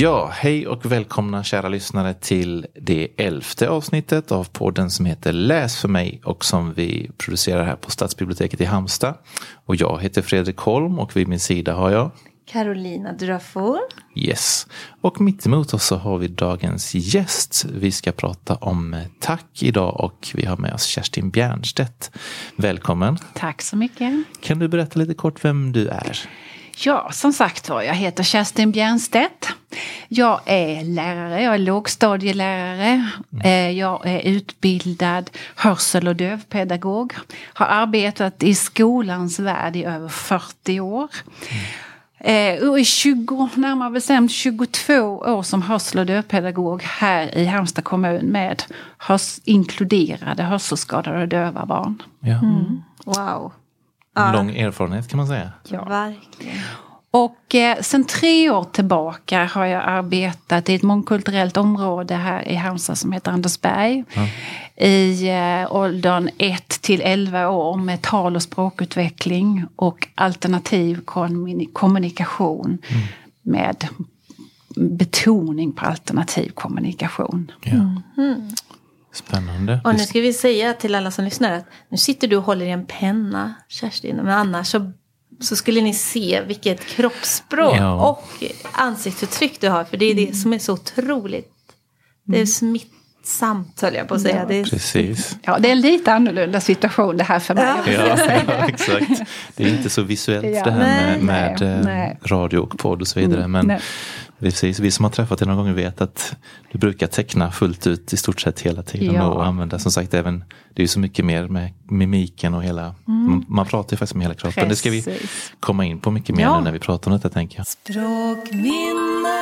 Ja, hej och välkomna kära lyssnare till det 11:e avsnittet av podden som heter Läs för mig och som vi producerar här på Stadsbiblioteket i Halmstad. Och jag heter Fredrik Holm och vid min sida har jag Carolina Drafor. Yes. Och mitt emot oss så har vi dagens gäst. Vi ska prata om tack idag och vi har med oss Kerstin Bjernstedt. Välkommen. Tack så mycket. Kan du berätta lite kort vem du är? Ja, som sagt var, jag heter Kerstin Bjernstedt. Jag är lärare, jag är lågstadielärare. Jag är utbildad hörsel- och dövpedagog. Har arbetat i skolans värld i över 40 år. Och i närmare bestämt 22 år som hörsel- och dövpedagog här i Halmstad kommun med inkluderade hörselskadade och döva barn. Ja. Wow. Lång erfarenhet kan man säga. Ja, verkligen. Och sen 3 år tillbaka har jag arbetat i ett mångkulturellt område här i Halmstad som heter Andersberg. Ja. I åldern 1-11 år med tal- och språkutveckling och alternativ kommunikation med betoning på alternativ kommunikation. Ja. Spännande. Och nu ska vi säga till alla som lyssnar att nu sitter du och håller i en penna, Kerstin, men annars så skulle ni se vilket kroppsspråk och ansiktsuttryck du har, för det är det som är så otroligt. Det är smittsamt, höll jag på att säga. Ja, precis. Ja, det är lite annorlunda situation det här för mig. Ja, exakt. Det är inte så visuellt det här med radio och podd och så vidare, men precis, vi som har träffat dig några gånger vet att du brukar teckna fullt ut i stort sett hela tiden och använda som sagt även, det är ju så mycket mer med mimiken och hela, man pratar ju faktiskt med hela kroppen. Precis. Det ska vi komma in på mycket mer nu när vi pratar om detta, tänker jag. Språkminnet.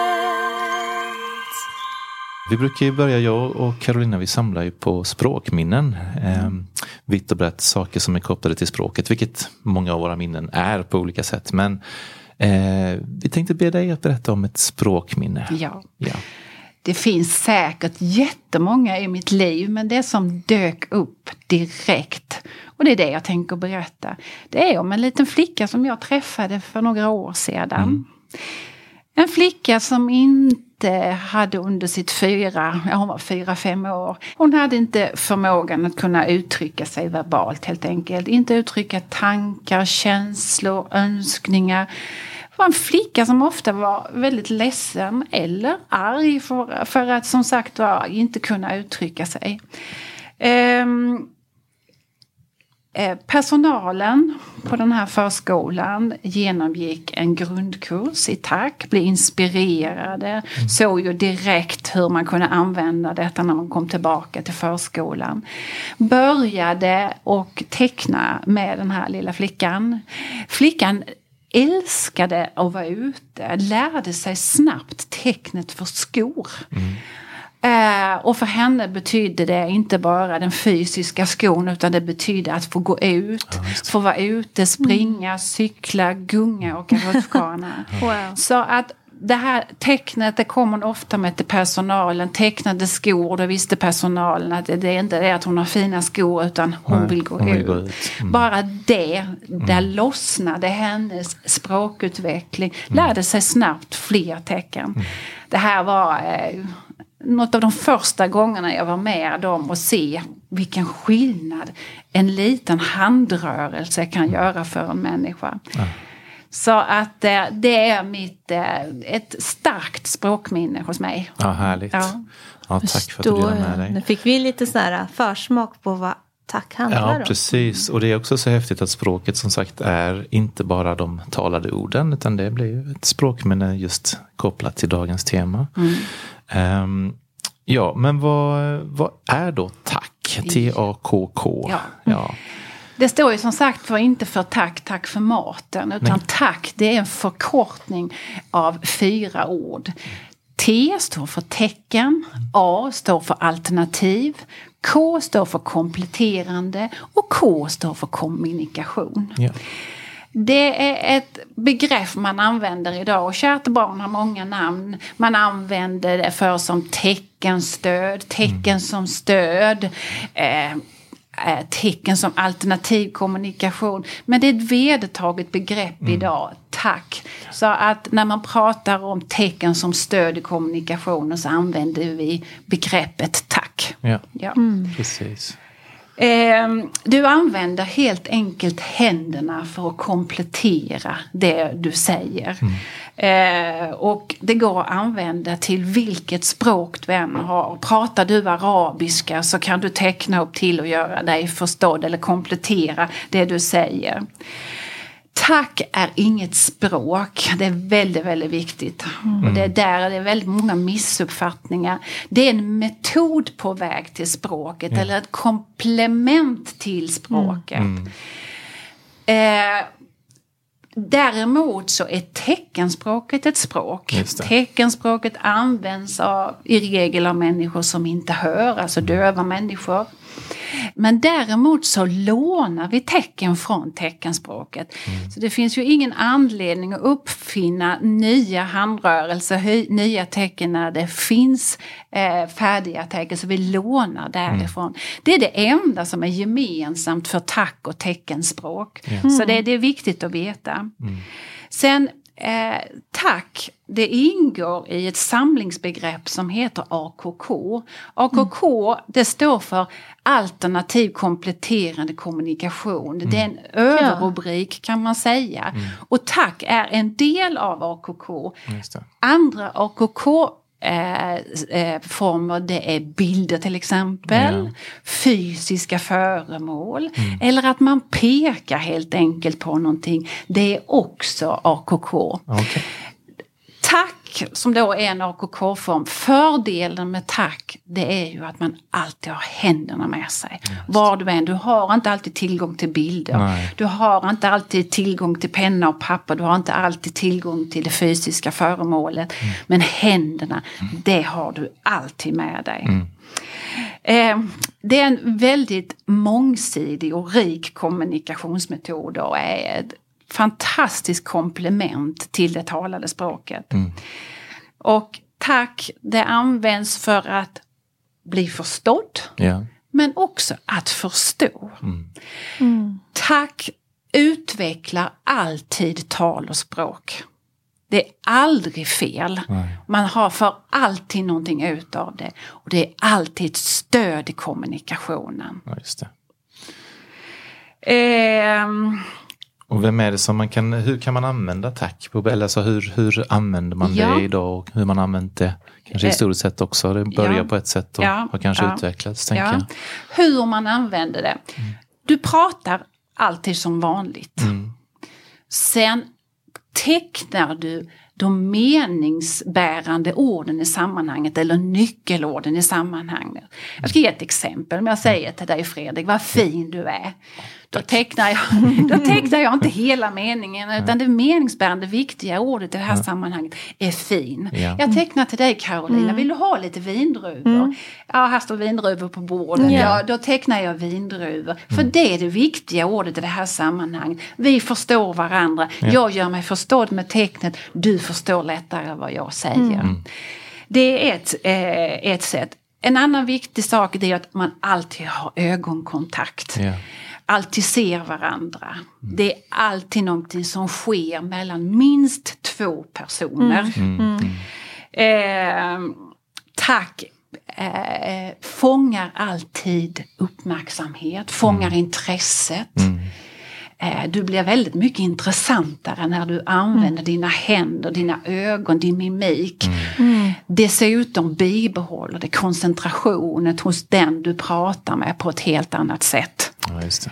Vi brukar ju börja, jag och Carolina, vi samlar ju på språkminnen. Vitt och brett saker som är kopplade till språket, vilket många av våra minnen är på olika sätt, men vi tänkte be dig att berätta om ett språkminne. Ja. Det finns säkert jättemånga i mitt liv, men det som dök upp direkt, och det är det jag tänker berätta, det är om en liten flicka som jag träffade för några år sedan. En flicka som inte hade under sitt hon var 4-5 år. Hon hade inte förmågan att kunna uttrycka sig verbalt helt enkelt. Inte uttrycka tankar, känslor, önskningar. Det var en flicka som ofta var väldigt ledsen eller arg för att som sagt var inte kunna uttrycka sig. Personalen på den här förskolan genomgick en grundkurs i tack, blev inspirerade, såg ju direkt hur man kunde använda detta när man kom tillbaka till förskolan. Började och teckna med den här lilla flickan. Flickan älskade att vara ute, lärde sig snabbt tecknet för skor. Och för henne betydde det inte bara den fysiska skon, utan det betydde att få gå ut, få vara ute, springa, cykla, gunga och rutschkana. Wow. Så att det här tecknet, det kom hon ofta med till personalen. Tecknade skor, då visste personalen att det är inte det att hon har fina skor, utan hon vill gå ut. Bara där lossnade hennes språkutveckling. Lärde sig snabbt fler tecken. Det här var något av de första gångerna jag var med om att se vilken skillnad en liten handrörelse kan göra för en människa. Så att det är ett starkt språkminne hos mig. Ja, härligt. Ja, tack för att du delar med dig. Nu fick vi lite sån här försmak på vad tack handlar om. Ja, precis. Och det är också så häftigt att språket som sagt är inte bara de talade orden, utan det blir ju ett språkminne just kopplat till dagens tema. Ja, men vad är då tack? T-A-K-K. Ja. Det står ju som sagt för inte för tack för maten, utan tack, det är en förkortning av 4 ord. T står för tecken, A står för alternativ, K står för kompletterande och K står för kommunikation. Ja. Det är ett begrepp man använder idag, och kärt barn har många namn. Man använder det för som teckenstöd, tecken som stöd, tecken som alternativ kommunikation. Men det är ett vedertaget begrepp idag. tack. Så att när man pratar om tecken som stöd i kommunikationen så använder vi begreppet tack. Ja. Precis. Du använder helt enkelt händerna för att komplettera det du säger. Och det går att använda till vilket språk du än har. Pratar du arabiska så kan du teckna upp till och göra dig förstådd eller komplettera det du säger. Tack är inget språk. Det är väldigt, väldigt viktigt. Och det är väldigt många missuppfattningar. Det är en metod på väg till språket eller ett komplement till språket. Däremot så är teckenspråket ett språk. Teckenspråket används i regel av människor som inte hör, alltså döva människor. Men däremot så lånar vi tecken från teckenspråket. Så det finns ju ingen anledning att uppfinna nya handrörelser, nya tecken när det finns färdiga tecken. Så vi lånar därifrån. Det är det enda som är gemensamt för tack och teckenspråk. Så det är viktigt att veta. Sen tack, det ingår i ett samlingsbegrepp som heter AKK. AKK, det står för alternativ kompletterande kommunikation. Det är en överrubrik kan man säga. Och tack är en del av AKK. Andra AKK former, det är bilder till exempel, fysiska föremål eller att man pekar helt enkelt på någonting. Det är också AKK. Tack, som då är en AKK-form, fördelen med tack, det är ju att man alltid har händerna med sig. Var du än, du har inte alltid tillgång till bilder. Nej. Du har inte alltid tillgång till penna och papper. Du har inte alltid tillgång till det fysiska föremålet. Men händerna, det har du alltid med dig. Det är en väldigt mångsidig och rik kommunikationsmetod och är ett fantastiskt komplement till det talade språket. Och tack, det används för att bli förstådd, men också att förstå. Tack utvecklar alltid tal och språk. Det är aldrig fel. Man får alltid någonting ut av det. Och det är alltid ett stöd i kommunikationen. Ja, just det. Och vem är det som hur kan man använda tack? Eller alltså hur använder man det idag och hur man använt det kanske historiskt sett också? Det börjar på ett sätt och har kanske utvecklats, tänker jag. Hur man använder det. Du pratar alltid som vanligt. Sen tecknar du de meningsbärande orden i sammanhanget eller nyckelorden i sammanhanget. Jag ska ge ett exempel. Om jag säger till dig, Fredrik, vad fin du är. Då tecknar jag inte hela meningen, utan det meningsbärande viktiga ordet i det här sammanhanget är fin. Jag tecknar till dig, Carolina, vill du ha lite vindruvor? Ja, här står vindruvor på bordet. Ja, då tecknar jag vindruvor. För det är det viktiga ordet i det här sammanhanget. Vi förstår varandra. Jag gör mig förstådd med tecknet. Du förstår lättare vad jag säger. Det är ett sätt. En annan viktig sak är att man alltid har ögonkontakt. Alltid ser varandra. Det är alltid någonting som sker mellan minst 2 personer. Tack fångar alltid uppmärksamhet, fångar intresset. Du blir väldigt mycket intressantare när du använder dina händer, dina ögon, din mimik. Dessutom bibehåller det koncentrationen hos den du pratar med på ett helt annat sätt. Ja, just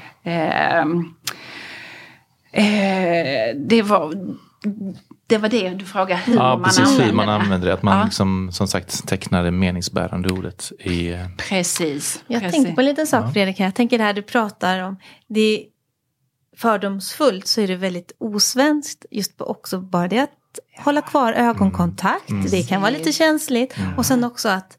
det var det du frågade, hur man använder hur man använder det. Att man liksom, som sagt, tecknar det meningsbärande ordet i... Precis. Jag tänker på en liten sak, Fredrik. Jag tänker det här du pratar om. Det är fördomsfullt, så är det väldigt osvenskt. Just på också bara det att hålla kvar ögonkontakt. Det kan vara lite känsligt. Och sen också att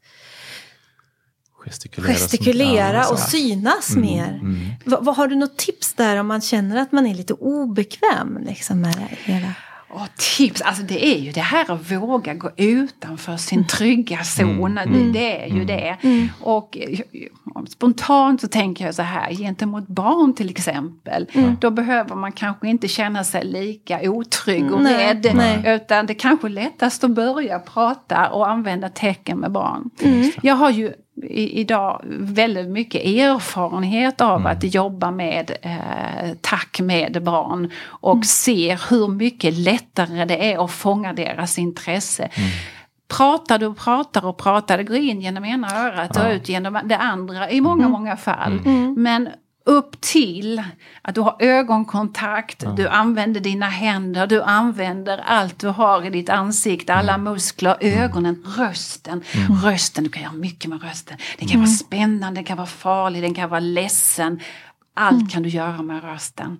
gestikulera och synas mer. Vad har du något tips där om man känner att man är lite obekväm liksom, med det hela? Tips, alltså det är ju det här att våga gå utanför sin trygga zon. Det är ju det. Och spontant så tänker jag så här, gentemot barn till exempel, då behöver man kanske inte känna sig lika otrygg och rädd, utan det kanske är lättast att börja prata och använda tecken med barn. Jag har ju idag väldigt mycket erfarenhet av att jobba med tack med barn och ser hur mycket lättare det är att fånga deras intresse. Pratar du och pratar, det går in genom ena örat och ut genom det andra i många fall. Men upp till att du har ögonkontakt, du använder dina händer, du använder allt du har i ditt ansikte, alla muskler, ögonen, rösten. Rösten, du kan göra mycket med rösten. Den kan vara spännande, den kan vara farlig, den kan vara ledsen. Allt kan du göra med rösten.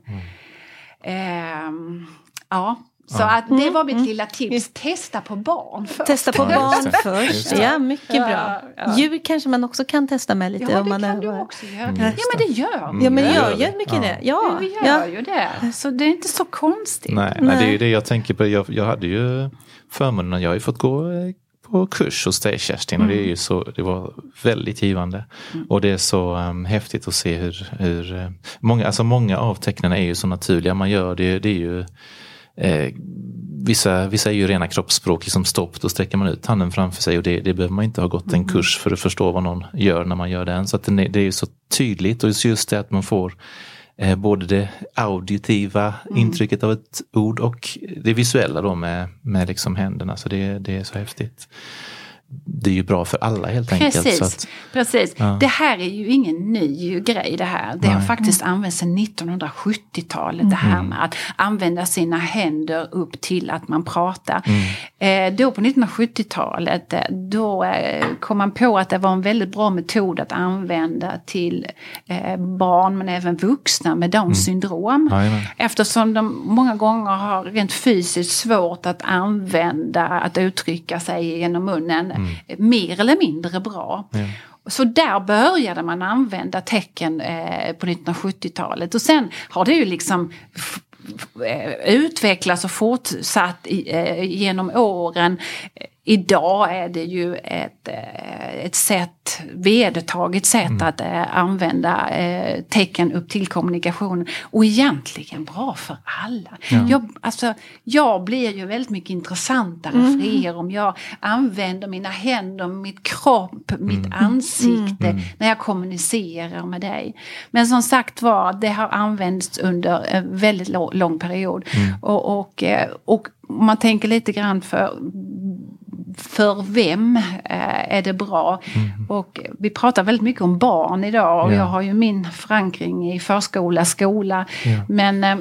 Så att det var mitt lilla tips. Testa på barn först. Testa på barn först. Ja, mycket bra. Djur kanske man också kan testa med lite. Ja, det kan du också göra. Ja, men det gör vi. Ja, men jag gör mycket det. Ja, vi gör ju det. Så det är inte så konstigt. Nej, det är ju det jag tänker på. Jag hade ju förmånen, jag har ju fått gå på kurs hos dig, Kerstin, och det var väldigt givande. Och det är så häftigt att se hur många av tecknen är ju så naturliga. Man gör det är ju vissa är ju rena kroppsspråk, liksom stopp, då sträcker man ut handen framför sig, och det behöver man inte ha gått en kurs för att förstå vad någon gör när man gör den. Så att det är ju så tydligt, och just det att man får både det auditiva intrycket av ett ord och det visuella då med liksom händerna, så det är så häftigt. Det är ju bra för alla helt enkelt. Precis. Ja. Det här är ju ingen ny grej det här. Det har faktiskt använts sedan 1970-talet, det här med att använda sina händer upp till att man pratar. Då på 1970-talet, då kom man på att det var en väldigt bra metod att använda till barn men även vuxna med Downs syndrom. Eftersom de många gånger har rent fysiskt svårt att att uttrycka sig genom munnen mer eller mindre bra. Så där började man använda tecken på 1970-talet. Och sen har det ju liksom utvecklats och fortsatt genom åren. Idag är det ju ett vedertaget sätt att använda tecken upp till kommunikation, och egentligen bra för alla. Jag blir ju väldigt mycket intressantare för er om jag använder mina händer, mitt kropp, mitt ansikte när jag kommunicerar med dig. Men som sagt det har använts under en väldigt lång period. Och man tänker lite grann för vem är det bra? Och vi pratar väldigt mycket om barn idag, och jag har ju min förankring i förskola, skola, men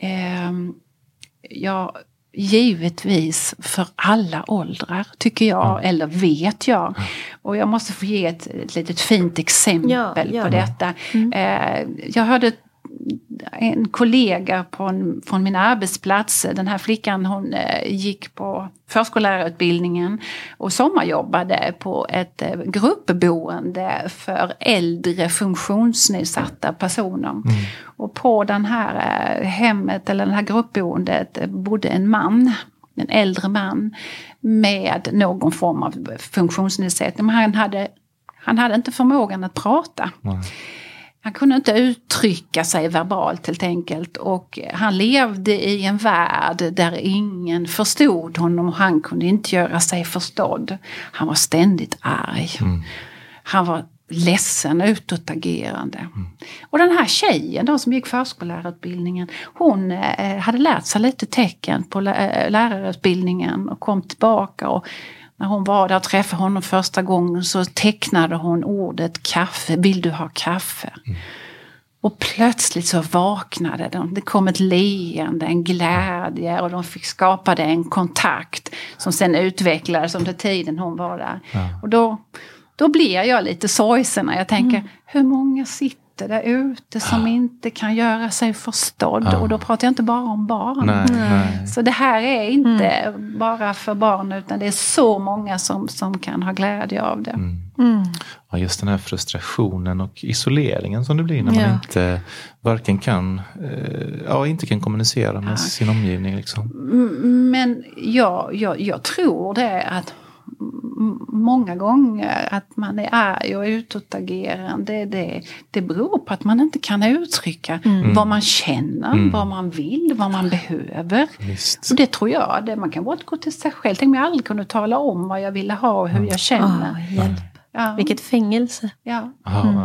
givetvis för alla åldrar tycker jag, eller vet jag. Och jag måste få ge ett litet fint exempel på detta. Jag hörde en kollega från min arbetsplats. Den här flickan, hon gick på förskollärarutbildningen och sommarjobbade på ett gruppboende för äldre funktionsnedsatta personer. Och på den här hemmet, eller den här gruppboendet, bodde en äldre man med någon form av funktionsnedsättning. Men han hade inte förmågan att prata. Han kunde inte uttrycka sig verbalt helt enkelt, och han levde i en värld där ingen förstod honom, och han kunde inte göra sig förstådd. Han var ständigt arg. Han var ledsen, utåtagerande. Och den här tjejen då, som gick förskollärarutbildningen, hon hade lärt sig lite tecken på lärarutbildningen och kom tillbaka, och när hon var där och träffade honom första gången så tecknade hon ordet kaffe. Vill du ha kaffe? Och plötsligt så vaknade de. Det kom ett leende, en glädje, och de fick skapade en kontakt som sen utvecklades under tiden hon var där. Och då blir jag lite sorgsen när jag tänker, hur många sitter där ute som inte kan göra sig förstådd. Och då pratar jag inte bara om barn. Nej. Så det här är inte bara för barn, utan det är så många som kan ha glädje av det. Ja, just den här frustrationen och isoleringen som det blir när man inte varken kan inte kan kommunicera med sin omgivning liksom. Men jag tror det att många gånger att man är arg och utåtagerande, det beror på att man inte kan uttrycka vad man känner, vad man vill, vad man behöver. Visst. Och det tror jag, man kan bara gå till sig själv. Tänk om jag aldrig kunde tala om vad jag ville ha och hur jag känner. Hjälp. Ja. Vilket fängelse. Ja.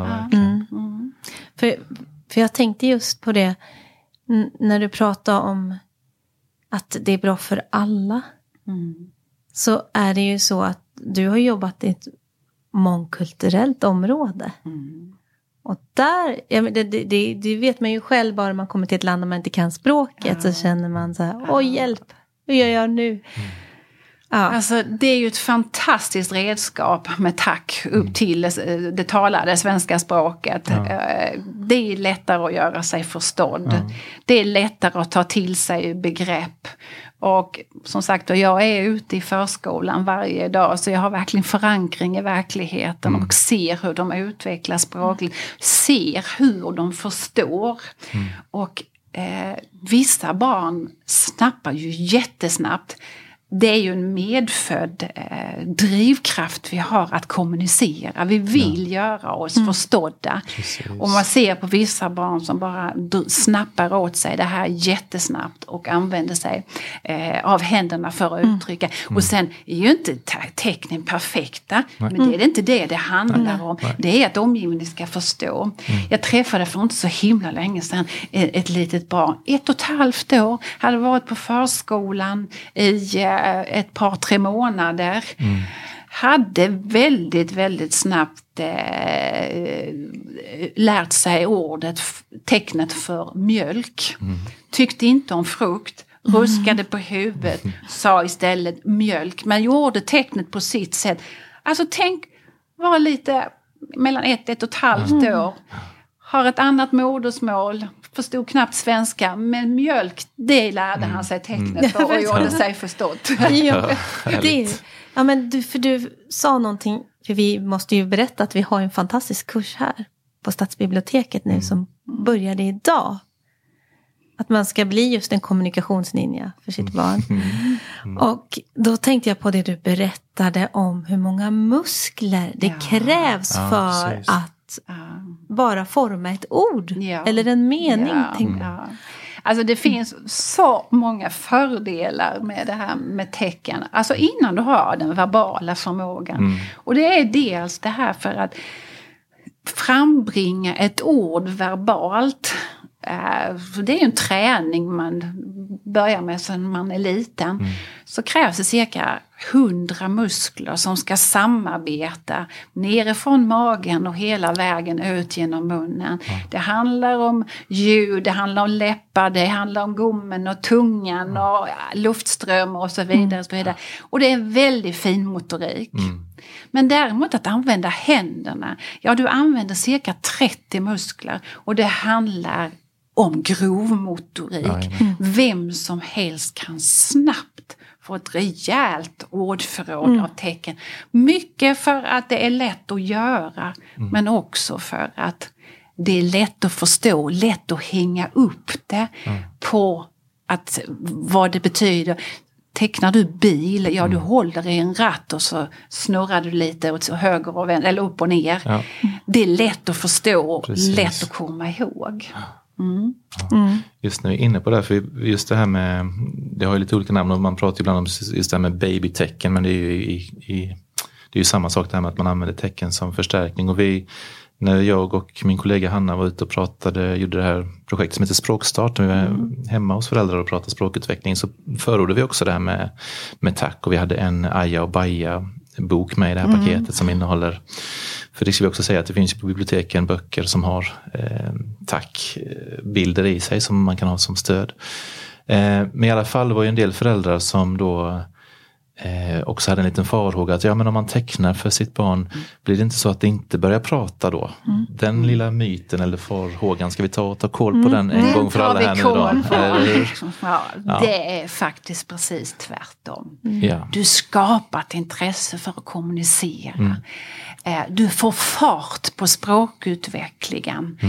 För jag tänkte just på det när du pratade om att det är bra för alla. Så är det ju så att du har jobbat i ett mångkulturellt område. Och där, det vet man ju själv, bara man kommer till ett land och man inte kan språket så känner man så här, hjälp, hur gör jag nu? Alltså det är ju ett fantastiskt redskap med tack upp till det talade svenska språket. Det är lättare att göra sig förstådd. Det är lättare att ta till sig begrepp. Och som sagt, jag är ute i förskolan varje dag, så jag har verkligen förankring i verkligheten och ser hur de utvecklas språkligt, ser hur de förstår. Och vissa barn snappar ju jättesnabbt. Det är ju en medfödd drivkraft vi har att kommunicera. Vi vill göra oss förstådda. Precis. Och man ser på vissa barn som bara snappar åt sig det här jättesnabbt och använder sig av händerna för att uttrycka. Och sen är ju inte tecknen perfekta, men det är inte det handlar om. Det är att omgivningen ska förstå. Jag träffade för inte så himla länge sedan ett litet barn, 1,5 år, hade varit på förskolan i ett par 3 månader, hade väldigt, väldigt snabbt lärt sig tecknet för mjölk. Tyckte inte om frukt, ruskade på huvudet, sa istället mjölk, men gjorde tecknet på sitt sätt. Alltså tänk, var lite mellan 1,5 år, har ett annat modersmål, förstod knappt svenska, men mjölk, det lärde han sig tecknet för och gjorde sig förstått. För du sa någonting, för vi måste ju berätta att vi har en fantastisk kurs här på Stadsbiblioteket nu som började idag. Att man ska bli just en kommunikationsninja för sitt barn. Och då tänkte jag på det du berättade om hur många muskler det krävs för att bara forma ett ord eller en mening. Alltså det finns så många fördelar med det här med tecken. Alltså innan du har den verbala förmågan. Och det är dels det här för att frambringa ett ord verbalt. För det är ju en träning man börjar med sedan man är liten. Så krävs det cirka 100 muskler som ska samarbeta nerifrån magen och hela vägen ut genom munnen. Det handlar om ljud, det handlar om läppar, det handlar om gommen och tungan och luftström och så vidare. Och så vidare. Och det är väldigt fin motorik. Men däremot att använda händerna, du använder cirka 30 muskler och det handlar om grovmotorik. Vem som helst kan snabbt få ett rejält ordförråd av tecken. Mycket för att det är lätt att göra, men också för att det är lätt att förstå, lätt att hänga upp det på att vad det betyder. Tecknar du bil, du håller i en ratt och så snurrar du lite åt höger och vänster, eller upp och ner. Det är lätt att förstå, lätt att komma ihåg. Just nu är jag inne på det, för just det här med, det har ju lite olika namn och man pratar ibland om just det här med babytecken, men det är ju det är ju samma sak där med att man använder tecken som förstärkning. Och när jag och min kollega Hanna var ute och gjorde det här projektet som heter Språkstart, när vi var hemma hos föräldrar och pratade språkutveckling, så förordade vi också det här med tack, och vi hade en Aja och Baja bok med i det här paketet som innehåller, för det ska vi också säga att det finns på biblioteken böcker som har tackbilder i sig som man kan ha som stöd. Men i alla fall var ju en del föräldrar som då också hade en liten farhåga att men om man tecknar för sitt barn, blir det inte så att det inte börjar prata då? Den lilla myten eller farhågan, ska vi ta koll på den en gång för alla här nu då? Det är faktiskt precis tvärtom. Du skapar ett intresse för att kommunicera. Du får fart på språkutvecklingen.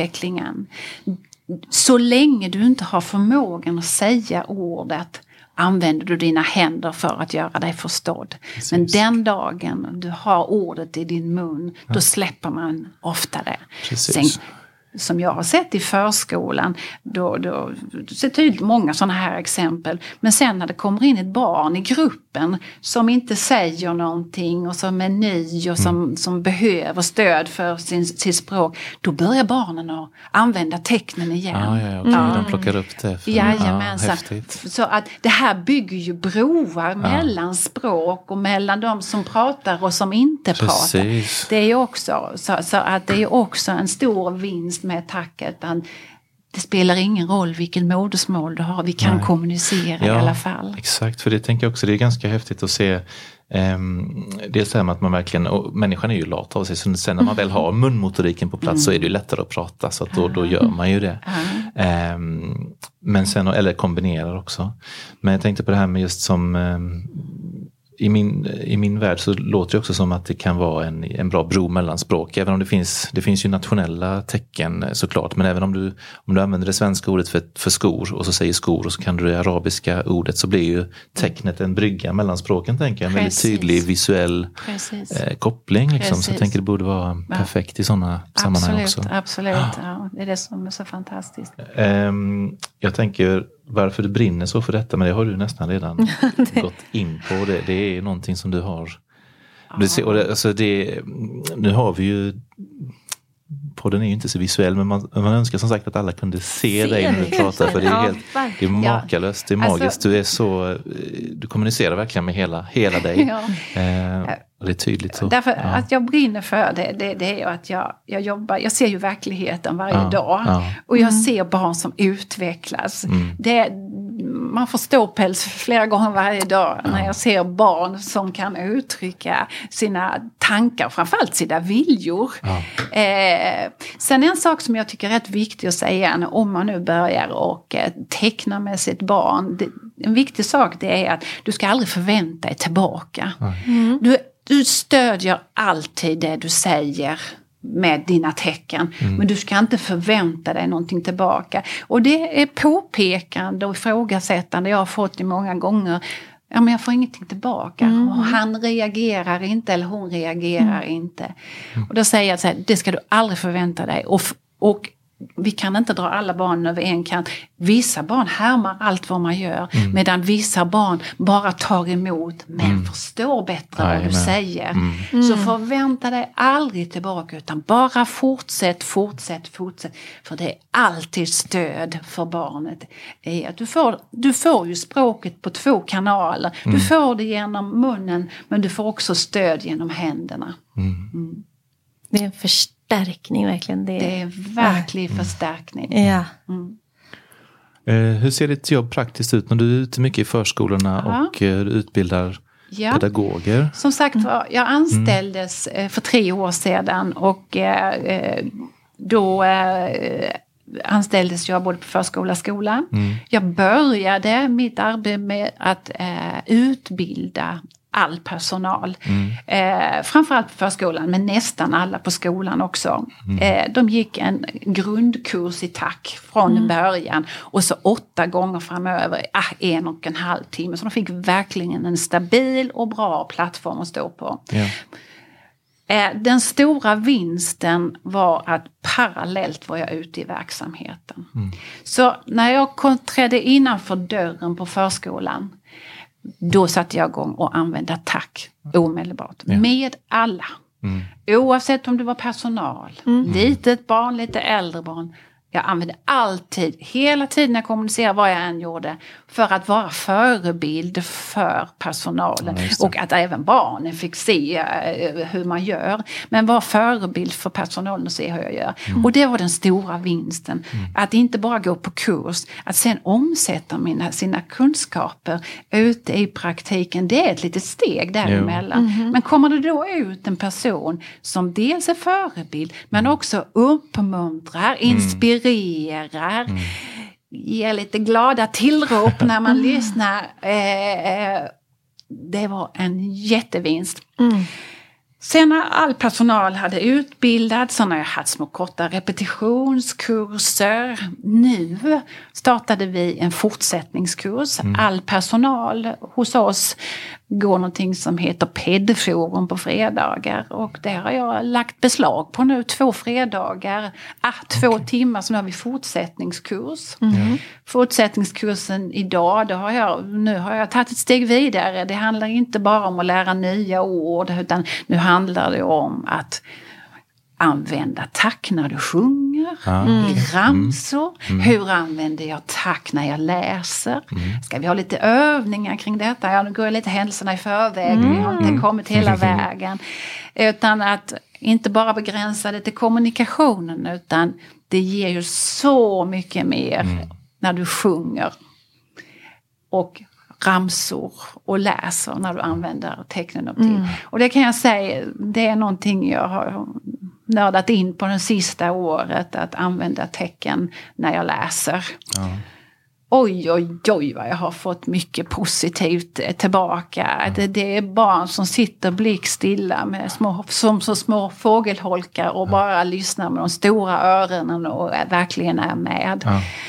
Så länge du inte har förmågan att säga ordet, använder du dina händer för att göra dig förstådd. Precis. Men den dagen du har ordet i din mun, då släpper man ofta det. Sen, som jag har sett i förskolan, då ser tydligt många sådana här exempel. Men sen när det kommer in ett barn i gruppen som inte säger någonting och som är ny och som behöver stöd för sitt språk, då börjar barnen att använda tecknen igen. De plockar upp det. Jajamensan. Så att det här bygger ju broar mellan språk och mellan de som pratar och som inte pratar. Det är ju också, så att det är också en stor vinst med tacket. Det spelar ingen roll vilket modersmål du har. Vi kan kommunicera i alla fall. Exakt, för det tänker jag också. Det är ganska häftigt att se. Det är så här med att man verkligen, och människan är ju lat av sig, så sen när man väl har munmotoriken på plats så är det ju lättare att prata, så att då gör man ju det. Men sen, eller kombinerar också. Men jag tänkte på det här med just som i min värld så låter det också som att det kan vara en bra bro mellan språk. Även om det finns ju nationella tecken såklart. Men även om du använder det svenska ordet för skor och så säger skor och så kan du det arabiska ordet, så blir ju tecknet en brygga mellan språken, tänker jag. En väldigt tydlig visuell koppling. Liksom. Så jag tänker det borde vara perfekt i sådana sammanhang också. Absolut, ja. Det är det som är så fantastiskt. Jag tänker varför du brinner så för detta, men det har du nästan redan gått in på. Det är någonting som du har. Nu har vi ju, podden är ju inte så visuell, men man önskar som sagt att alla kunde se dig när du pratar, för det är makalöst, det är magiskt. Du kommunicerar verkligen med hela dig. Och det är tydligt så. Därför att jag brinner för det är ju att jag jobbar, jag ser ju verkligheten varje dag och jag ser barn som utvecklas. Man får ståpäls flera gånger varje dag när jag ser barn som kan uttrycka sina tankar, framförallt sina viljor. Sen en sak som jag tycker är rätt viktig att säga om man nu börjar och teckna med sitt barn, en viktig sak, det är att du ska aldrig förvänta dig tillbaka. Du stödjer alltid det du säger med dina tecken. Men du ska inte förvänta dig någonting tillbaka. Och det är påpekande och ifrågasättande jag har fått i många gånger. Men jag får ingenting tillbaka. Och han reagerar inte eller hon reagerar inte. Och då säger jag så här, det ska du aldrig förvänta dig. Och vi kan inte dra alla barn över en kant. Vissa barn härmar allt vad man gör. Medan vissa barn bara tar emot men förstår bättre vad du säger. Så förvänta dig aldrig tillbaka, utan bara fortsätt. För det är alltid stöd för barnet. Du får ju språket på 2 kanaler. Du får det genom munnen, men du får också stöd genom händerna. Det är en förstärkning verkligen. Det är verklig förstärkning. Hur ser ditt jobb praktiskt ut när du är ute mycket i förskolorna och du utbildar pedagoger? Som sagt, jag anställdes för 3 år sedan och då anställdes jag både på förskola och skola. Jag började mitt arbete med att utbilda all personal. Framförallt på förskolan, men nästan alla på skolan också. De gick en grundkurs i tack från början och så 8 gånger framöver 1,5 timme. Så de fick verkligen en stabil och bra plattform att stå på. Den stora vinsten var att parallellt var jag ute i verksamheten. Så när jag trädde innanför dörren på förskolan, då satte jag igång och använde tack omedelbart. Med alla. Oavsett om du var personal, litet barn, lite äldre barn Jag använde alltid, hela tiden när jag kommunicerade vad jag än gjorde, för att vara förebild för personalen. Och att även barnen fick se hur man gör. Men vara förebild för personalen och se hur jag gör. Och det var den stora vinsten. Att inte bara gå på kurs, att sen omsätta sina kunskaper ute i praktiken. Det är ett litet steg däremellan. Men kommer det då ut en person som dels är förebild, men också uppmuntrar, inspirerar, ger lite glada tillrop när man lyssnar. Det var en jättevinst. Sen när all personal hade utbildats, så när jag hade små korta repetitionskurser. Nu startade vi en fortsättningskurs. All personal hos oss går någonting som heter PED-forum på fredagar. Och det har jag lagt beslag på nu 2 fredagar. 2 timmar, så nu har vi fortsättningskurs. Fortsättningskursen idag, nu har jag tagit ett steg vidare. Det handlar inte bara om att lära nya ord, utan nu handlar det om att använda tack när du sjunger, i ramsor. Hur använder jag tack när jag läser? Ska vi ha lite övningar kring detta? Ja, nu går jag lite händelserna i förväg. Vi har inte kommit hela vägen. Utan att inte bara begränsa det till kommunikationen, utan det ger ju så mycket mer när du sjunger och ramsor och läser när du använder tecknen upp till. Och det kan jag säga, det är någonting jag har nördat in på det sista året, att använda tecken när jag läser. Oj vad jag har fått mycket positivt tillbaka. Det är barn som sitter blickstilla med små fågelholkar och bara lyssnar med de stora öronen och verkligen är med.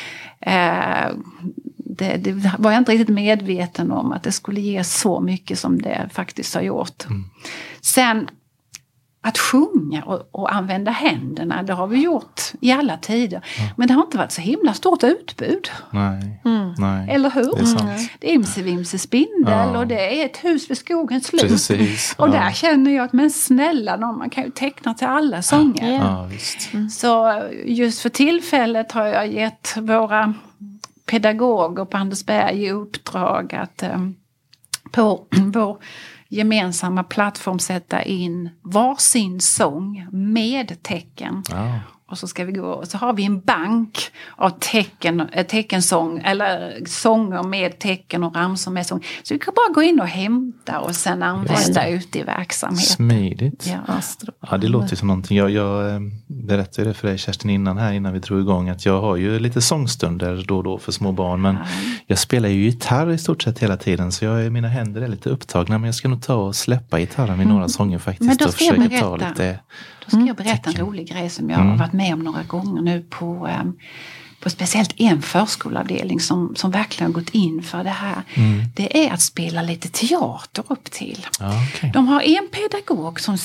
Det var jag inte riktigt medveten om att det skulle ge så mycket som det faktiskt har gjort. Sen att sjunga och använda händerna, det har vi gjort i alla tider. Men det har inte varit så himla stort utbud. Nej. Eller hur? Det är sant. Det är Imse spindel och det är ett hus vid skogens slut. Precis. Och där känner jag att, men snälla någon, man kan ju teckna till alla sånger. Visst. Så just för tillfället har jag gett våra pedagoger på Andersberg i uppdrag att på vår gemensamma plattform sätta in varsin sång med tecken. Och så ska vi gå, så har vi en bank av teckensång eller sånger med tecken och ramsor med sång. Så vi kan bara gå in och hämta och sen använda ut i verksamheten. Smidigt. Ja, det låter ju som någonting. Jag berättade det för dig, Kerstin, innan vi drog igång, att jag har ju lite sångstunder då och då för små barn, men jag spelar ju gitarr i stort sett hela tiden, så mina händer är lite upptagna, men jag ska nog ta och släppa gitarren vid några sånger faktiskt och försöka ta lite. Då ska jag berätta en rolig grej som jag har varit med om några gånger nu på speciellt en förskolavdelning som verkligen har gått in för det här. Det är att spela lite teater upp till. De har en pedagog som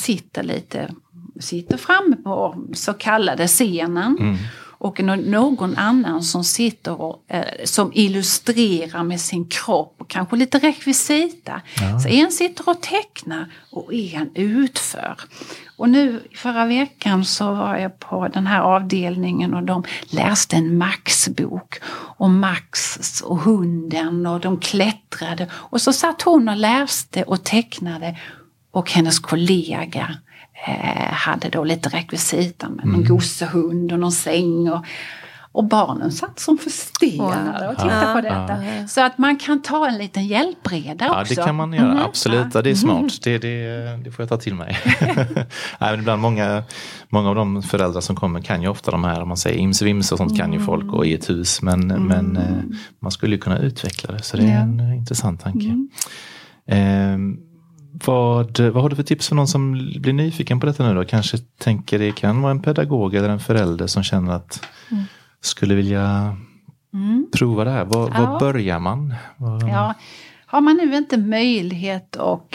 sitter framme på så kallade scenen. Och någon annan som sitter och som illustrerar med sin kropp och kanske lite rekvisita. Så en sitter och tecknar och en utför. Och nu förra veckan så var jag på den här avdelningen och de läste en Max-bok om Max och hunden och de klättrade. Och så satt hon och läste och tecknade och hennes kollega hade då lite rekvisita med någon gossehund och någon säng och barnen satt som förstenade och tittade på detta. Så att man kan ta en liten hjälpreda också. Ja, det kan man göra, absolut. Ja, det är smart. Det får jag ta till mig. Nej, ibland många av de föräldrar som kommer kan ju ofta de här, om man säger imse och sånt kan ju folk och i ett hus. Men man skulle ju kunna utveckla det, så det är en intressant tanke. Vad har du för tips för någon som blir nyfiken på detta nu då? Kanske tänker det kan vara en pedagog eller en förälder som känner att skulle vilja prova det här. Var börjar man? Ja, har man nu inte möjlighet att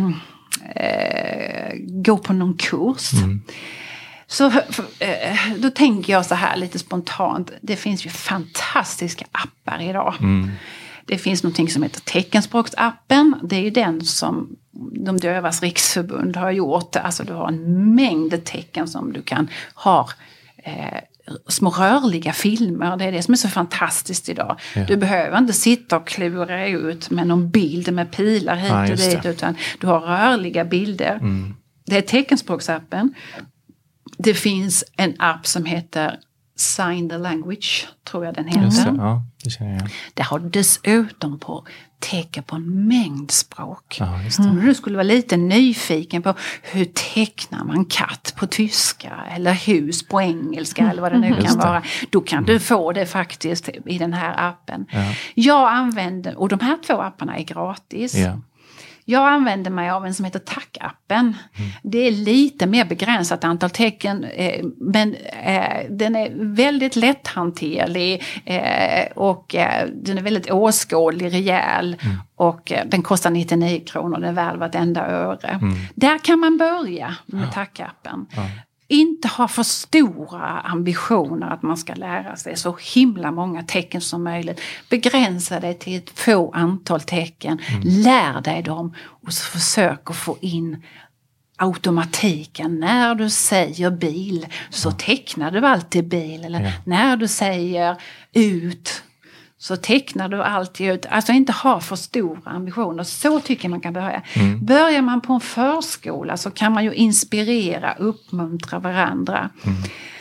gå på någon kurs så då tänker jag så här lite spontant. Det finns ju fantastiska appar idag. Det finns någonting som heter teckenspråksappen. Det är ju den som de dövas riksförbund har gjort. Alltså du har en mängd tecken som du kan ha små rörliga filmer. Det är det som är så fantastiskt idag. Ja. Du behöver inte sitta och klura ut med någon bild med pilar hit och dit, utan du har rörliga bilder. Mm. Det är teckenspråksappen. Det finns en app som heter Sign the Language, tror jag den heter. Ja, det känner jag. Det har dessutom på tecken på en mängd språk. Ja, just det. Om du skulle vara lite nyfiken på hur tecknar man katt på tyska eller hus på engelska eller vad det nu kan vara. Då kan du få det faktiskt i den här appen. Ja. Jag använder, och de här 2 apparna är gratis. Ja. Jag använder mig av en som heter Tack-appen. Mm. Det är lite mer begränsat antal tecken, men den är väldigt lätthanterlig och den är väldigt åskådlig, rejäl. Mm. Och den kostar 99 kronor, den är väl vartenda öre. Mm. Där kan man börja med Tack-appen. Ja. Inte ha för stora ambitioner att man ska lära sig så himla många tecken som möjligt. Begränsa dig till ett få antal tecken. Lär dig dem och så försök att få in automatiken. När du säger bil så tecknar du alltid bil. Eller när du säger ut så tecknar du alltid ut. Alltså inte ha för stora ambitioner. Så tycker man kan börja. Mm. Börjar man på en förskola så kan man ju inspirera, uppmuntra varandra. Mm.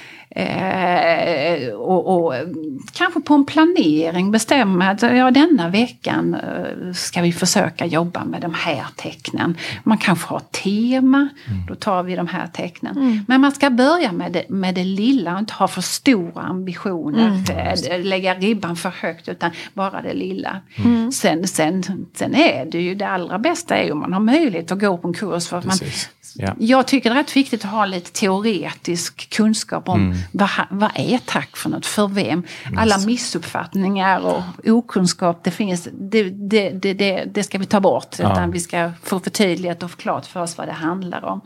Och kanske på en planering bestämma att denna veckan ska vi försöka jobba med de här tecknen. Man kanske har tema, då tar vi de här tecknen. Mm. Men man ska börja med det lilla och inte ha för stora ambitioner. Lägga ribban för högt, utan bara det lilla. Mm. Sen är det ju det allra bästa är ju om man har möjlighet att gå på en kurs för att man... Ja. Jag tycker det är rätt viktigt att ha lite teoretisk kunskap om vad är tack för något, för vem. Alla missuppfattningar och okunskap det finns, det ska vi ta bort. Utan vi ska få förtydligat och förklart för oss vad det handlar om.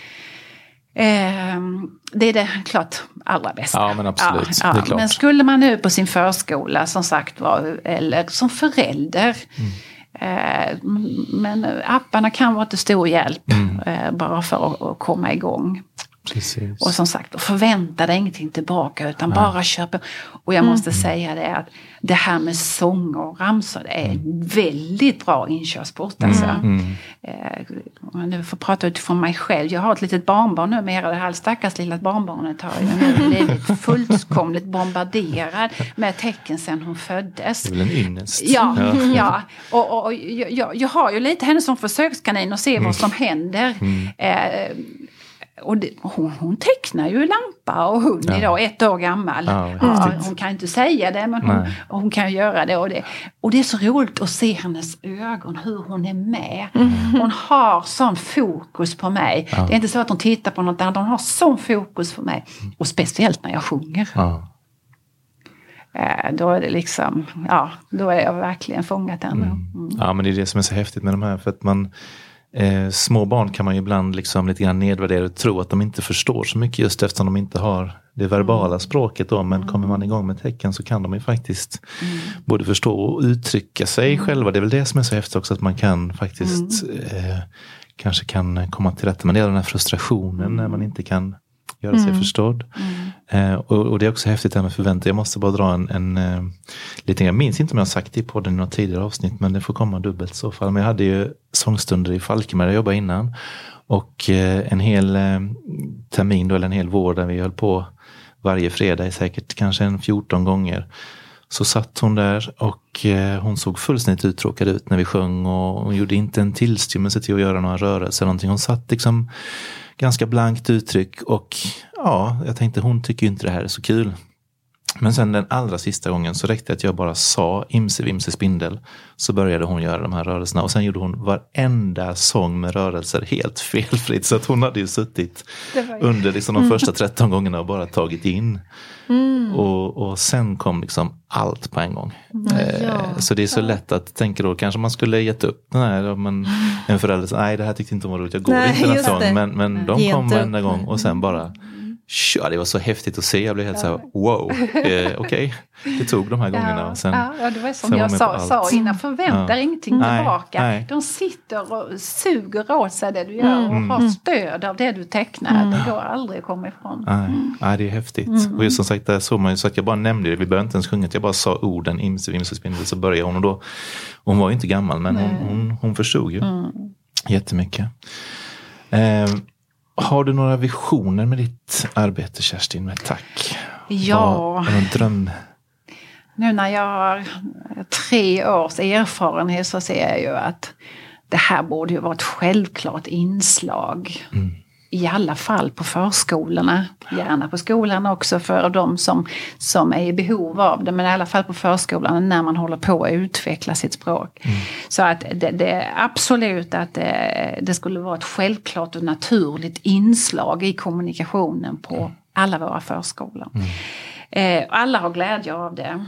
Det är det klart allra bästa. Ja, men absolut. Det är klart. Men skulle man nu på sin förskola som sagt var, eller som förälder... Men apparna kan vara till stor hjälp bara för att komma igång. Precis. Och som sagt, förvänta dig ingenting tillbaka utan bara köpa. Och jag måste säga det att det här med sånger och ramsor det är en väldigt bra inkörsport. Alltså. Nu får prata utifrån mig själv. Jag har ett litet barnbarn nu med det här stackars lilla barnbarnet har ju nu blivit fullkomligt bombarderad med tecken sedan hon föddes. Det är väl en ynnest. Ja. Och jag har ju lite henne som försökskanin och ser vad som händer. Och hon tecknar ju lampa och hund idag, 1 år gammal. Hon kan inte säga det, men hon kan göra det. Och det är så roligt att se hennes ögon, hur hon är med. Hon har sån fokus på mig. Det är inte så att hon tittar på något annat, hon har sån fokus på mig. Och speciellt när jag sjunger. Då är det liksom, då är jag verkligen fångat henne. Ja, men det är det som är så häftigt med de här, för att man... små barn kan man ju ibland liksom lite grann nedvärdera och tro att de inte förstår så mycket just eftersom de inte har det verbala språket då, men kommer man igång med tecken så kan de ju faktiskt både förstå och uttrycka sig själva. Det är väl det som är så häftigt också, att man kan faktiskt kanske kan komma till rätta med det, den här frustrationen när man inte kan göra sig förstådd. Och det är också häftigt det här med förväntan. Jag måste bara dra en lite, jag minns inte om jag har sagt det i podden i något tidigare avsnitt, men det får komma dubbelt i så fall. Men jag hade ju sångstunder i Falkenberg, jag jobbade innan, och en hel termin då, eller en hel vår där vi höll på varje fredag, säkert kanske 14 gånger. Så satt hon där och hon såg fullständigt uttråkad ut när vi sjöng, och hon gjorde inte en tillstymmelse till att göra några rörelser eller någonting. Hon satt liksom ganska blankt uttryck, och jag tänkte hon tycker ju inte det här är så kul. Men sen den allra sista gången så räckte att jag bara sa imse vimse spindel, så började hon göra de här rörelserna, och sen gjorde hon varenda sång med rörelser helt felfritt, så att hon hade ju suttit under liksom de första 13 gångerna och bara tagit in. Och sen kom liksom allt på en gång. Så det är så lätt att tänka då, kanske man skulle gett upp den här, men en förälder sa, nej det här tyckte inte var roligt, jag går inte nästa gång, men de kom varenda gång och sen bara Ja, det var så häftigt att se. Jag blev helt så här, wow, okej. Det tog de här gångerna. Sen, det var som jag sa innan, förväntar ingenting tillbaka. Nej. De sitter och suger åt sig det du gör och har stöd av det du tecknar. Det går aldrig att komma ifrån. Nej, det är häftigt. Och som sagt, där såg man ju så att jag bara nämnde det. Vi började inte ens sjunga. Jag bara sa orden, imse, så började hon. Och då, hon var ju inte gammal, men hon förstod ju jättemycket. Har du några visioner med ditt arbete, Kerstin, med tack? Ja. Någon dröm? Nu när jag har 3 års erfarenhet så ser jag ju att det här borde ju vara ett självklart inslag. I alla fall på förskolorna. Gärna på skolan också för de som är i behov av det. Men i alla fall på förskolan när man håller på att utveckla sitt språk. Så att det är absolut att det skulle vara ett självklart och naturligt inslag i kommunikationen på alla våra förskolor. Alla har glädje av det.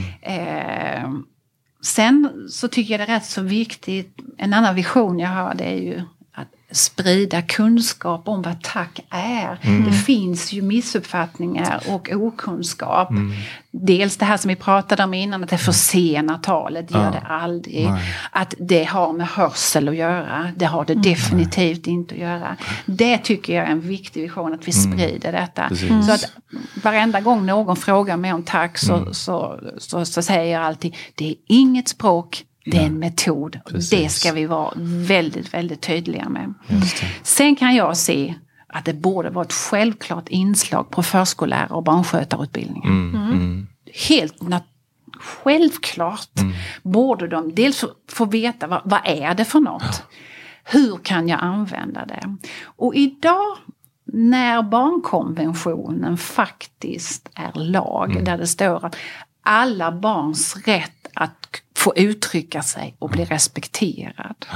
Sen så tycker jag det är rätt så viktigt. En annan vision jag har, det är ju att sprida kunskap om vad tack är. Det finns ju missuppfattningar och okunskap. Dels det här som vi pratade om innan, att det försenar talet, gör det aldrig. Att det har med hörsel att göra, det har det definitivt inte att göra. Det tycker jag är en viktig vision, att vi sprider detta. Så att varenda gång någon frågar mig om tack så säger jag alltid, det är inget språk, det är en metod. Det ska vi vara väldigt, väldigt tydliga med. Sen kan jag se att det borde vara ett självklart inslag på förskollärare- och barnskötarutbildningen. Helt självklart borde de dels få veta vad är det för något. Hur kan jag använda det? Och idag när barnkonventionen faktiskt är lag, där det står att alla barns rätt att få uttrycka sig och bli respekterad.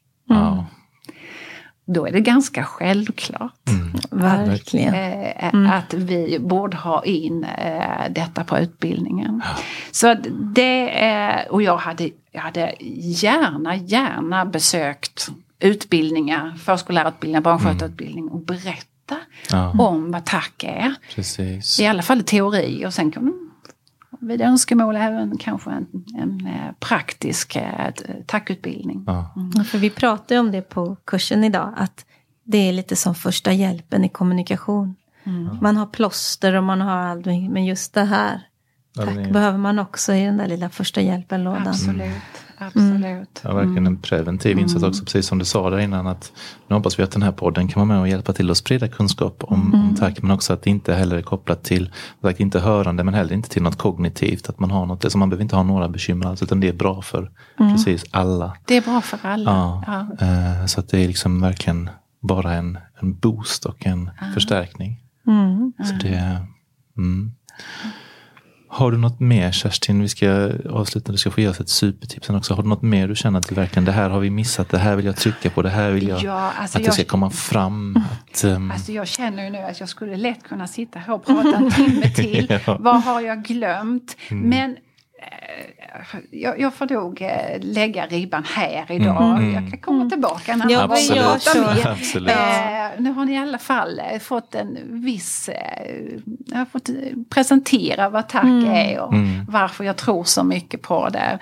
Då är det ganska självklart. Verkligen. Att vi borde ha in detta på utbildningen. Så det är, och jag hade gärna besökt utbildningar, förskollärarutbildningar, barnskötarutbildning och berätta om vad tack är. Precis. I alla fall teori, och sen kan vid önskemål även kanske en praktisk tackutbildning. För vi pratade om det på kursen idag, att det är lite som första hjälpen i kommunikation. Man har plåster och man har allt, men just det här tack behöver man också i den där lilla första hjälpen-lådan. Absolut. Ja, verkligen en preventiv insats också, precis som du sa där innan, att nu hoppas vi att den här podden kan vara med och hjälpa till att sprida kunskap om tack, men också att det inte heller är kopplat till, inte hörande, men heller inte till något kognitivt, att man har något, så man behöver inte ha några bekymmer alls, utan det är bra för precis alla. Det är bra för alla. Så att det är liksom verkligen bara en boost och en förstärkning. Så det Har du något mer, Kerstin? Vi ska avsluta, du ska få ge oss ett supertips sen också. Har du något mer du känner att verkligen det här har vi missat, det här vill jag trycka på, det här vill jag att det ska komma fram? Alltså jag känner ju nu att jag skulle lätt kunna sitta här och prata en timme till. Vad har jag glömt? Men jag får nog lägga ribban här idag. Jag kan komma tillbaka när jag nu har ni i alla fall fått en viss... jag har fått presentera vad tack är och varför jag tror så mycket på det.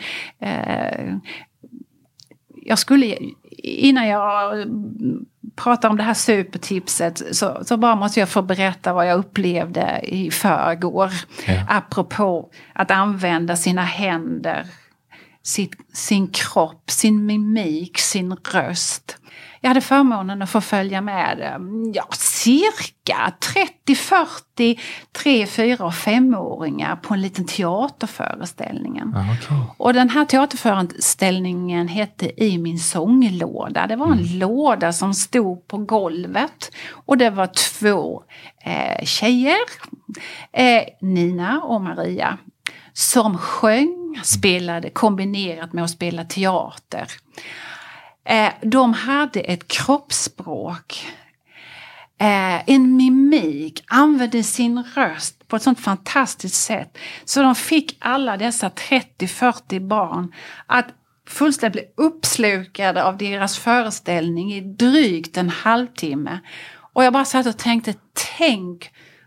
Jag skulle, innan jag pratar om det här supertipset, så bara måste jag få berätta vad jag upplevde i förrgår. Apropå att använda sina händer, sin kropp, sin mimik, sin röst. Jag hade förmånen att få följa med cirka 30-40 3-, 4- och 5-åringar på en liten teaterföreställning. Och den här teaterföreställningen hette I min sånglåda. Det var en låda som stod på golvet och det var 2 tjejer, Nina och Maria, som sjöng, spelade kombinerat med att spela teater. De hade ett kroppsspråk, en mimik, använde sin röst på ett sånt fantastiskt sätt. Så de fick alla dessa 30-40 barn att fullständigt bli uppslukade av deras föreställning i drygt en halvtimme. Och jag bara satt och tänkte, tänk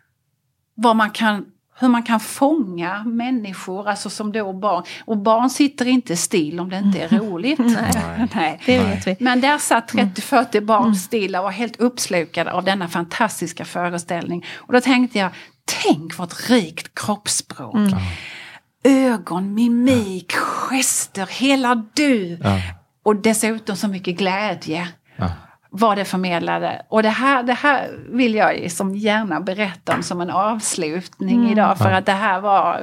hur man kan fånga människor, alltså som då barn. Och barn sitter inte still om det inte är roligt. Nej. Det vet vi. Men där satt 30-40 barn stilla och var helt uppslukade av denna fantastiska föreställning. Och då tänkte jag, tänk vad ett rikt kroppsspråk. Ögon, mimik, gester, hela du. Och dessutom så mycket glädje. Vad det förmedlade. Och det här vill jag som gärna berätta om som en avslutning idag. För att det här var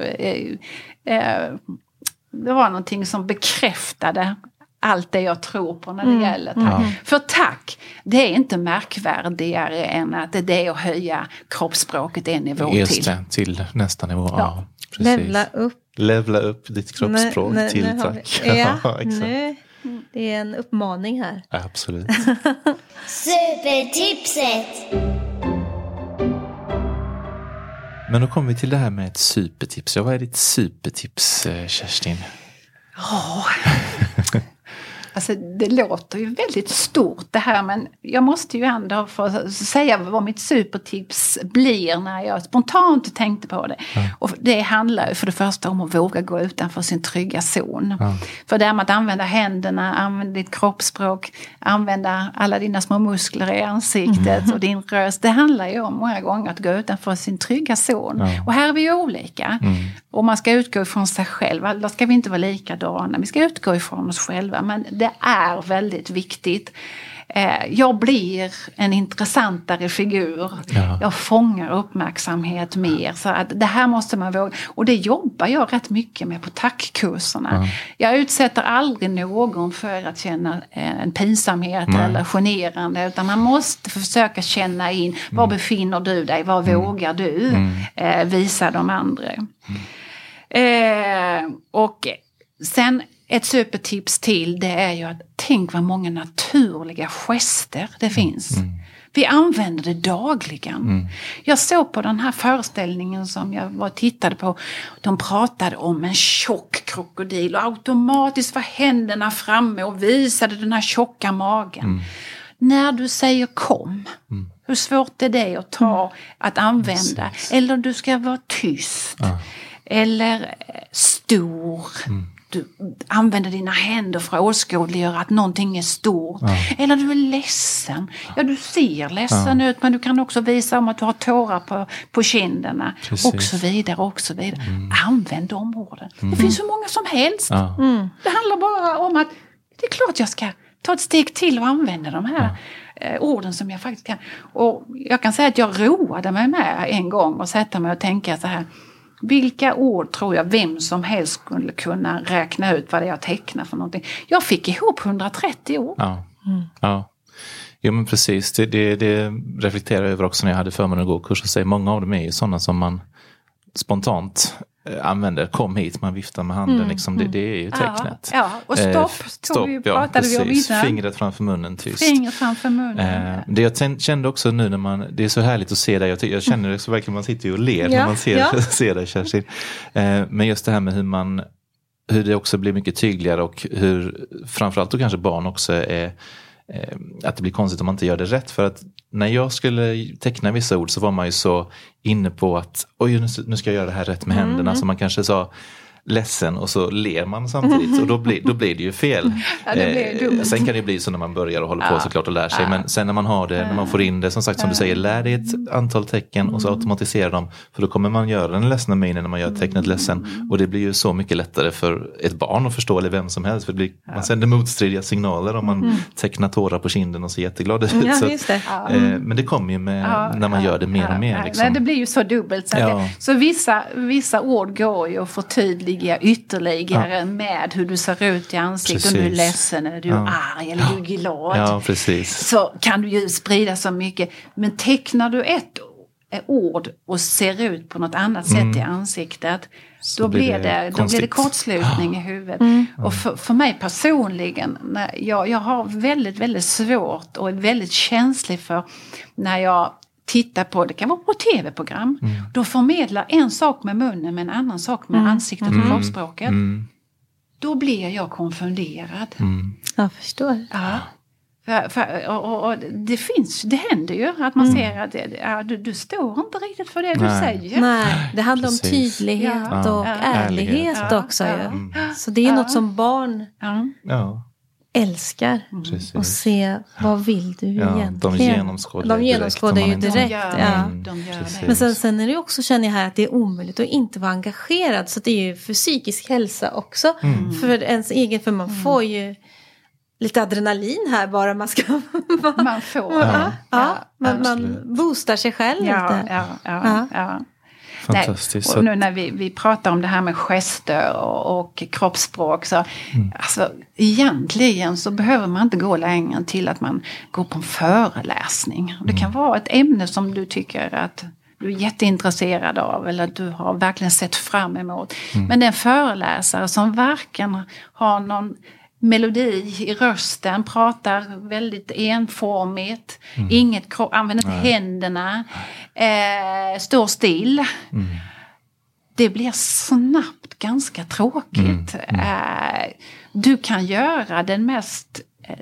det var någonting som bekräftade allt det jag tror på när det gäller tack. För tack, det är inte märkvärdigare än att det är att höja kroppsspråket en nivå till. Just det, till nästa nivå. Ja, precis. Levla upp ditt kroppsspråk till tack. Exakt. Det är en uppmaning här. Absolut. Supertipset! Men då kommer vi till det här med ett supertips. Vad är ditt supertips, Kerstin? Alltså det låter ju väldigt stort det här, men jag måste ju ändå få säga vad mitt supertips blir när jag spontant tänkte på det. Och det handlar för det första om att våga gå utanför sin trygga zon. För det är med att använda händerna, använda ditt kroppsspråk, använda alla dina små muskler i ansiktet och din röst. Det handlar ju om många gånger att gå utanför sin trygga zon. Och här är vi ju olika. Och man ska utgå ifrån sig själv. Då ska vi inte vara likadana. Vi ska utgå ifrån oss själva. Men det är väldigt viktigt. Jag blir en intressantare figur. Jag fångar uppmärksamhet mer. Så att det här måste man våga. Och det jobbar jag rätt mycket med på tackkurserna. Jag utsätter aldrig någon för att känna en pinsamhet eller generande. Utan man måste försöka känna in. Var befinner du dig? Vad vågar du visa de andra? Och sen ett supertips till, det är ju att tänk vad många naturliga gester det finns. Vi använder det dagligen. Jag såg på den här föreställningen som jag tittade på. De pratade om en tjock krokodil och automatiskt var händerna framme och visade den här tjocka magen. När du säger kom, hur svårt är det att ta, att använda? Eller du ska vara tyst. Eller stor. Du använder dina händer för att åskådliggöra att någonting är stort. Eller du är ledsen. Ja, du ser ledsen ut, men du kan också visa om att du har tårar på kinderna. Precis. Och så vidare, och så vidare. Använd de orden. Det finns så många som helst. Det handlar bara om att det är klart jag ska ta ett steg till och använda de här orden som jag faktiskt kan. Och jag kan säga att jag roade mig med en gång och sätta mig och tänka så här. Vilka ord tror jag vem som helst skulle kunna räkna ut vad det är jag tecknar för någonting. Jag fick ihop 130 ord. Ja, men precis. Det reflekterar jag över också när jag hade förmånen att gå kurs och säga många av dem är ju sådana som man spontant använder. Kom hit, man viftar med handen. Liksom, det är ju tecknet. Ja, och stopp pratade vi om innan. Fingret framför munnen tyst. Fingret framför munnen. Det jag kände också nu när det är så härligt att se dig. Jag känner det så verkligen, man sitter ju och ler när man ser dig, Kerstin. Men just det här med hur det också blir mycket tydligare och hur framförallt då kanske barn också är att det blir konstigt om man inte gör det rätt. För att när jag skulle teckna vissa ord så var man ju så inne på att oj, nu ska jag göra det här rätt med händerna. Så man kanske sa ledsen och så ler man samtidigt. Och då blir det ju fel. Sen kan det bli så när man börjar och håller på såklart och lär sig. Men sen när man har det, när man får in det, som sagt som du säger, lär dig ett antal tecken och så automatiserar dem. För då kommer man göra den ledsna minen när man gör tecknet ledsen. Och det blir ju så mycket lättare för ett barn att förstå, eller vem som helst. För man sänder motstridiga signaler om man tecknar tårar på kinden och ser jätteglad ut. Men det kommer ju med när man gör det mer och mer. Liksom. Nej, det blir ju så dubbelt. Så vissa ord går ju att förtydliga ytterligare med hur du ser ut i ansiktet. Om du är ledsen eller du är arg eller du är glad. Ja, precis. Så kan du ju sprida så mycket. Men tecknar du ett ord och ser ut på något annat sätt i ansiktet, då blir det kortslutning i huvudet. Och för mig personligen, jag har väldigt, väldigt svårt och är väldigt känslig för när jag tittar på, det kan vara på tv-program, då förmedlar en sak med munnen med en annan sak med ansiktet och kroppsspråket. Då blir jag konfunderad. Jag förstår. Ja. Och det händer ju att man ser att du står inte riktigt för det du säger. Nej, det handlar om tydlighet och ärlighet också. Så det är något som barn älskar. Och se, vad vill du egentligen? De genomskådar ju direkt. Men sen är det också, känner jag här, att det är omöjligt att inte vara engagerad. Så det är ju för psykisk hälsa också. För ens egen, för man får ju lite adrenalin här bara man ska... man får. Man boostar sig själv lite. Ja. Fantastiskt. Nej, och nu när vi pratar om det här med gester och kroppsspråk så alltså, egentligen så behöver man inte gå längre till att man går på en föreläsning. Det kan vara ett ämne som du tycker att du är jätteintresserad av eller att du har verkligen sett fram emot. Men det är en föreläsare som varken har någon melodi i rösten, pratar väldigt enformigt, använder inte händerna, står still. Det blir snabbt ganska tråkigt. Du kan göra den mest,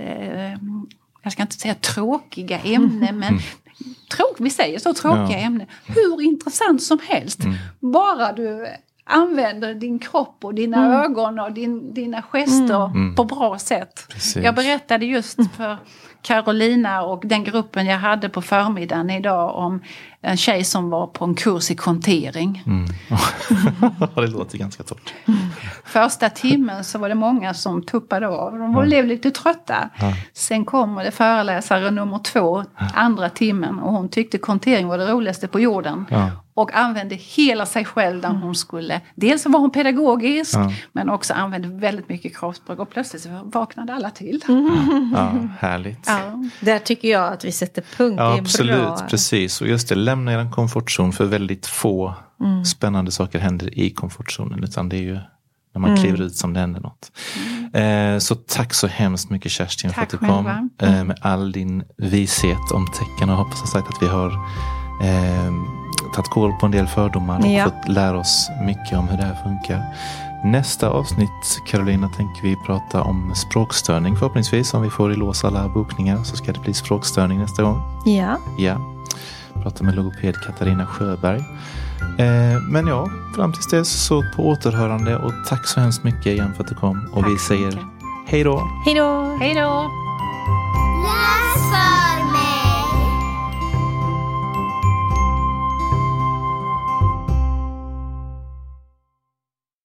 jag ska inte säga tråkiga ämne, men vi säger så, tråkiga ämne, hur intressant som helst. Bara du använder din kropp och dina ögon och dina gester på bra sätt. Precis. Jag berättade just för Carolina och den gruppen jag hade på förmiddagen idag om en tjej som var på en kurs i kontering. Det låter ganska torrt. Första timmen så var det många som tuppade av. De blev lite trötta. Sen kommer det föreläsare nummer 2, andra timmen. Och hon tyckte kontering var det roligaste på jorden. Och använde hela sig själv där hon skulle. Dels var hon pedagogisk, men också använde väldigt mycket kroppsspråk. Och plötsligt så vaknade alla till. Härligt. Där tycker jag att vi sätter punkt. Ja, det är absolut, bra. precis. Och just det, lämna er en komfortzon, för väldigt få spännande saker händer i komfortzonen. Utan det är ju när man kliver ut som det händer något. Så tack så hemskt mycket, Kerstin, för att du kom. Med all din vishet om tecken. Och hoppas som sagt att vi har tagit koll på en del fördomar och fått lära oss mycket om hur det här funkar. Nästa avsnitt, Carolina, tänker vi prata om språkstörning förhoppningsvis. Om vi får i lås alla bokningar så ska det bli språkstörning nästa gång. Ja. Prata med logoped Katarina Sjöberg. Men fram tills dess så på återhörande, och tack så hemskt mycket igen för att du kom. Och vi säger hej då. Hej då. Hej då.